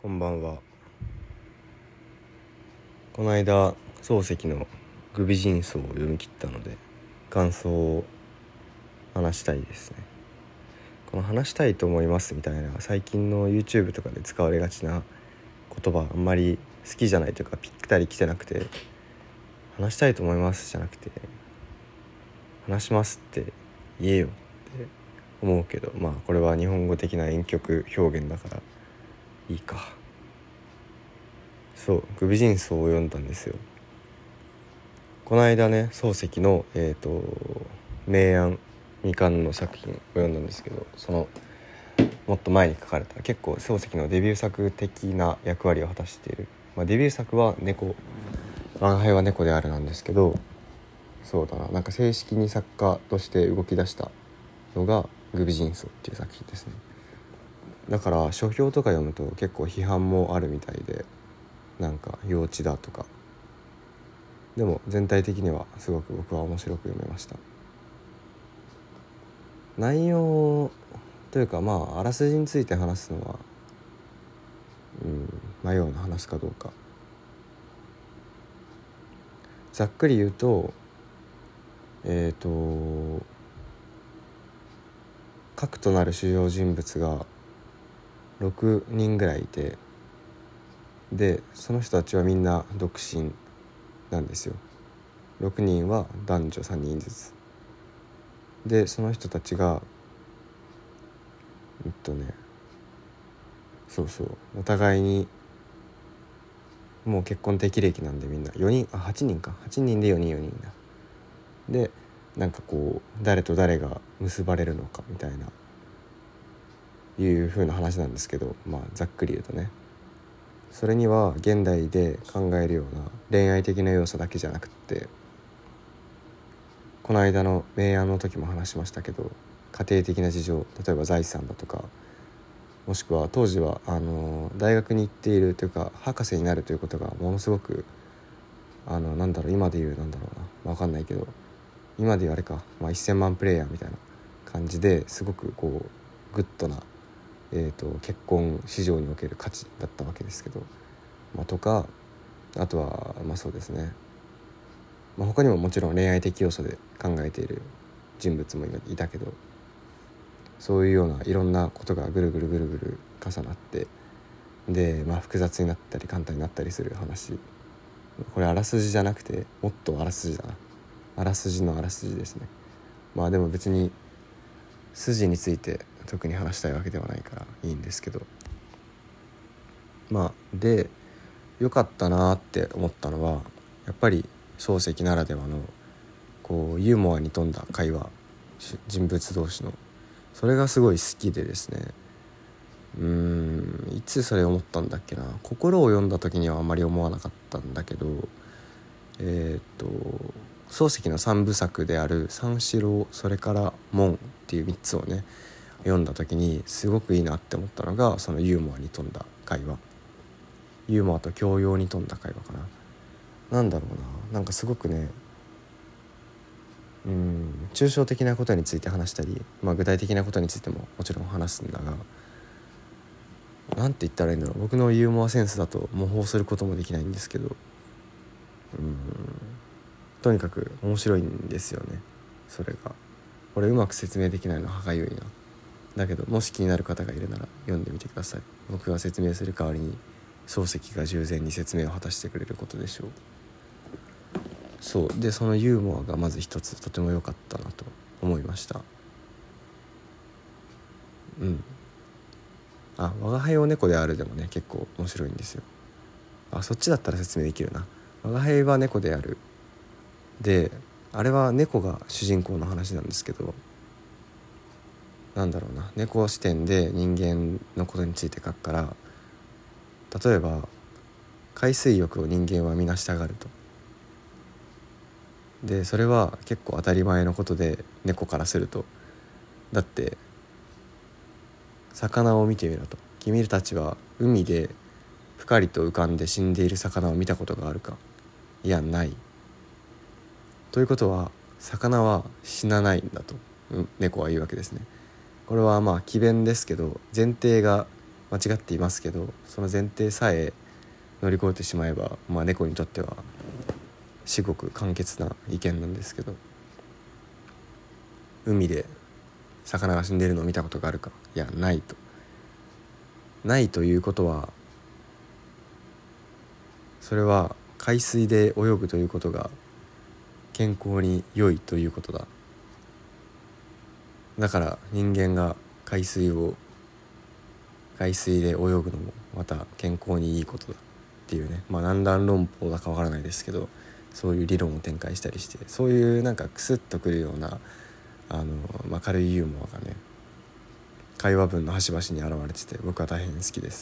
こんばんは。この間漱石のグビジンソを読み切ったので感想を話したいですね。この話したいと思いますみたいな最近の YouTube とかで使われがちな言葉あんまり好きじゃないというかぴったり来てなくて、話したいと思いますじゃなくて話しますって言えよって思うけど、これは日本語的な婉曲表現だからいいか。そう、グビジンソを読んだんですよ。この間ね、漱石の明暗未完の作品を読んだんですけど、そのもっと前に書かれた結構漱石のデビュー作的な役割を果たしている、デビュー作は猫、我が輩は猫であるなんですけど、そうだな、なんか正式に作家として動き出したのがグビジンソっていう作品ですね。だから書評とか読むと結構批判もあるみたいで、なんか幼稚だとか、でも全体的にはすごく僕は面白く読めました。内容というかあらすじについて話すのは迷うな、話すかどうか。ざっくり言うと核となる主要人物が6人ぐらいいて、でその人たちはみんな独身なんですよ。6人は男女3人ずつで、その人たちがお互いにもう結婚適齢期なんで、みんな8人で4人だ。でなんかこう誰と誰が結ばれるのかみたいないう風な話なんですけど、ざっくり言うとね、それには現代で考えるような恋愛的な要素だけじゃなくって、この間の明暗の時も話しましたけど、家庭的な事情、例えば財産だとか、もしくは当時は大学に行っているというか博士になるということがものすごく今で言う分かんないけど、今で言うあれか、1000万プレイヤーみたいな感じですごくこうグッドな、結婚市場における価値だったわけですけど、とか、あとはそうですね、他にももちろん恋愛的要素で考えている人物もいたけど、そういうようないろんなことがぐるぐる重なって、で複雑になったり簡単になったりする話。これあらすじじゃなくてもっとあらすじだな、あらすじのあらすじですね。でも別に筋について特に話したいわけではないからいいんですけど、で良かったなって思ったのは、やっぱり漱石ならではのこうユーモアに富んだ会話、人物同士の、それがすごい好きでですね。いつそれ思ったんだっけな。心を読んだ時にはあんまり思わなかったんだけど、漱石の3部作である三四郎、それから門っていう3つをね読んだ時にすごくいいなって思ったのが、そのユーモアに富んだ会話、ユーモアと教養に富んだ会話かな。なんかすごくね、抽象的なことについて話したり、具体的なことについてももちろん話すんだが、なんて言ったらいいんだろう、僕のユーモアセンスだと模倣することもできないんですけど、とにかく面白いんですよね。それがこれうまく説明できないのは歯がゆいな。だけどもし気になる方がいるなら読んでみてください。僕が説明する代わりに漱石が従前に説明を果たしてくれることでしょう。そうで、そのユーモアがまず一つとても良かったなと思いました。我が輩は猫であるでもね結構面白いんですよ。そっちだったら説明できるな。我が輩は猫であるで、あれは猫が主人公の話なんですけど、猫視点で人間のことについて書くから、例えば海水浴を人間はみなしたがると。でそれは結構当たり前のことで、猫からすると、だって魚を見てみろと。君たちは海でぷかりと浮かんで死んでいる魚を見たことがあるか。いや、ない。ということは魚は死なないんだと、猫は言うわけですね。これは詭弁ですけど、前提が間違っていますけど、その前提さえ乗り越えてしまえば、猫にとっては至極簡潔な意見なんですけど、海で魚が死んでいるのを見たことがあるか、いやないということは、それは海水で泳ぐということが健康に良いということだ。だから人間が海水で泳ぐのもまた健康にいいことだっていうね、何段論法だかわからないですけど、そういう理論を展開したりして、そういうなんかクスッとくるような軽いユーモアがね、会話文の端々に現れてて、僕は大変好きです。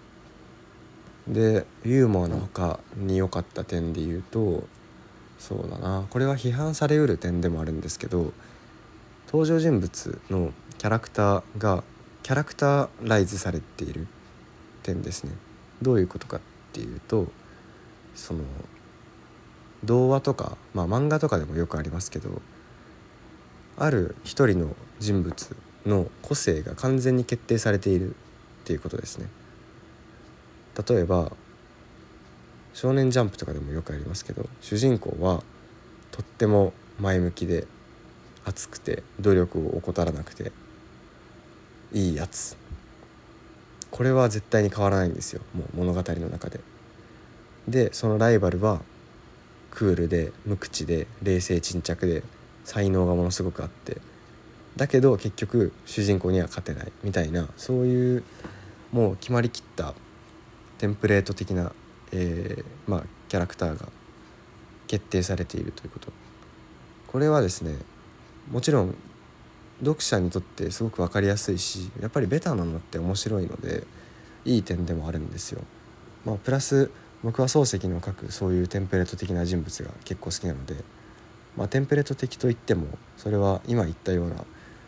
でユーモアの他に良かった点で言うと、そうだな、これは批判されうる点でもあるんですけど、登場人物のキャラクターがキャラクターライズされている点ですね。どういうことかっていうと、その童話とか、漫画とかでもよくありますけど、ある一人の人物の個性が完全に決定されているっていうことですね。例えば少年ジャンプとかでもよくありますけど、主人公はとっても前向きで熱くて努力を怠らなくていいやつ、これは絶対に変わらないんですよ、もう物語の中で。でそのライバルはクールで無口で冷静沈着で才能がものすごくあって、だけど結局主人公には勝てないみたいな、そういうもう決まりきったテンプレート的な、キャラクターが決定されているということ。これはですね、もちろん読者にとってすごく分かりやすいし、やっぱりベタなのって面白いのでいい点でもあるんですよ。プラス僕は漱石の書くそういうテンプレート的な人物が結構好きなので、テンプレート的といってもそれは今言ったような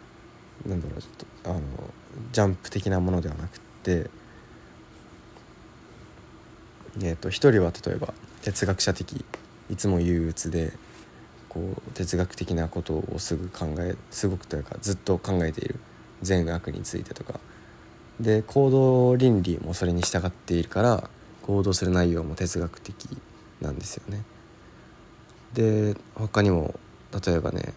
ジャンプ的なものではなくて、一人は例えば哲学者的、いつも憂鬱で哲学的なことをすごくというかずっと考えている、善悪についてとかで、行動倫理もそれに従っているから行動する内容も哲学的なんですよね。で他にも例えばね、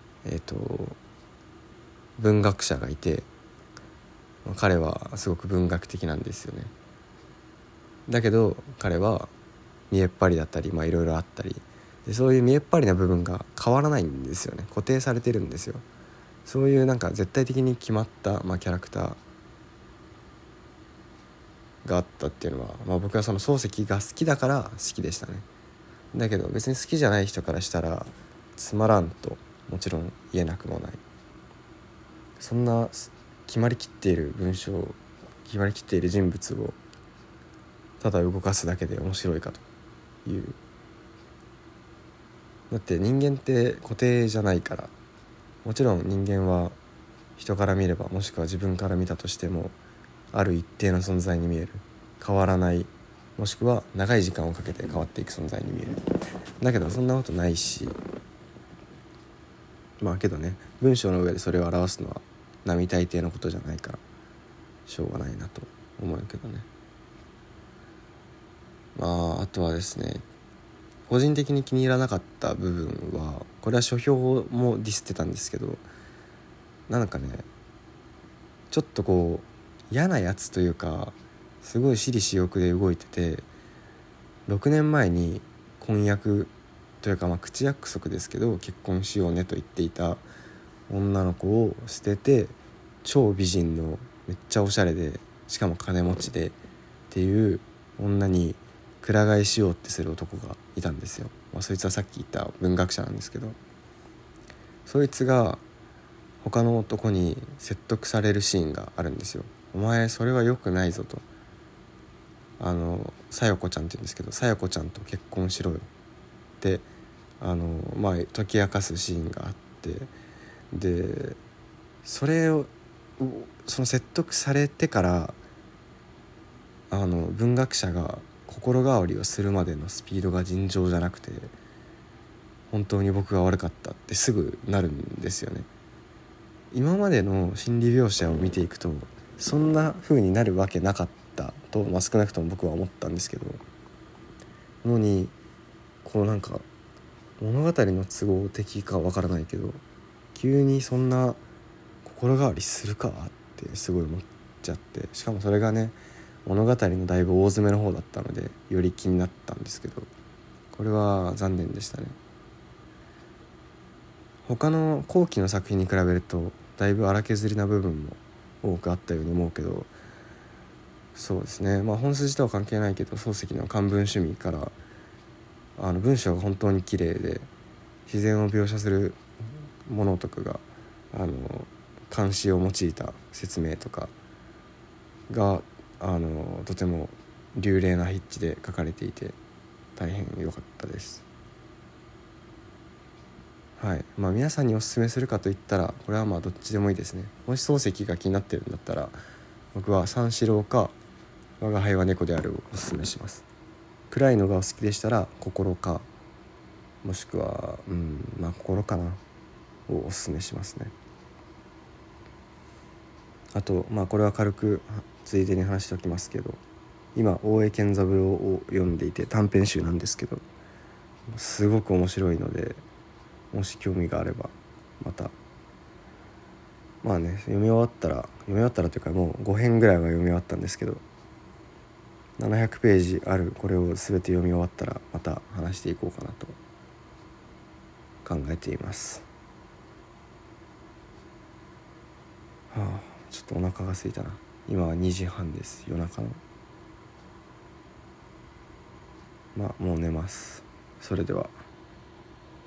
文学者がいて、彼はすごく文学的なんですよね。だけど彼は見えっ張りだったり、いろいろあったりで、そういう見えっ張りな部分が変わらないんですよね。固定されてるんですよ。そういう絶対的に決まった、キャラクターがあったっていうのは、僕はその漱石が好きだから好きでしたね。だけど別に好きじゃない人からしたらつまらんともちろん言えなくもない。そんな決まりきっている文章、決まりきっている人物をただ動かすだけで面白いかという。だって人間って固定じゃないから、もちろん人間は人から見れば、もしくは自分から見たとしてもある一定の存在に見える、変わらない、もしくは長い時間をかけて変わっていく存在に見える。だけどそんなことないし、けどね、文章の上でそれを表すのは並大抵のことじゃないからしょうがないなと思うけどね。あとはですね、個人的に気に入らなかった部分は、これは書評もディスってたんですけど、ちょっと嫌なやつというか、すごい私利私欲で動いてて、6年前に婚約というか、口約束ですけど結婚しようねと言っていた女の子を捨てて、超美人のめっちゃおしゃれでしかも金持ちでっていう女にくら替えしようってする男がいたんですよ。そいつはさっき言った文学者なんですけど、そいつが他の男に説得されるシーンがあるんですよ。お前それは良くないぞと、さよこちゃんって言うんですけど、さよこちゃんと結婚しろよって解き明かすシーンがあって、でその説得されてから文学者が心変わりをするまでのスピードが尋常じゃなくて、本当に僕が悪かったってすぐなるんですよね。今までの心理描写を見ていくとそんな風になるわけなかったと、少なくとも僕は思ったんですけど、のにこうなんか物語の都合的かわからないけど、急にそんな心変わりするかってすごい思っちゃって、しかもそれがね物語のだいぶ大詰めの方だったのでより気になったんですけど、これは残念でしたね。他の後期の作品に比べるとだいぶ荒削りな部分も多くあったように思うけど、そうですね、本筋とは関係ないけど漱石の漢文趣味から文章が本当に綺麗で自然を描写するものとかが漢詩を用いた説明とかがとても流麗な筆致で書かれていて大変良かったです。はい、皆さんにおすすめするかといったらこれはどっちでもいいですね。もし漱石が気になってるんだったら僕は三四郎か我が輩は猫であるをおすすめします。暗いのがお好きでしたら心か、もしくは心かなをおすすめしますね。あとこれは軽くついでに話しておきますけど、今大江健三郎を読んでいて短編集なんですけどすごく面白いので、もし興味があればまた読み終わったらというかもう5編ぐらいは読み終わったんですけど、700ページあるこれを全て読み終わったらまた話していこうかなと考えています。ちょっとお腹が空いたな。今は2時半です、夜中の。もう寝ます。それでは。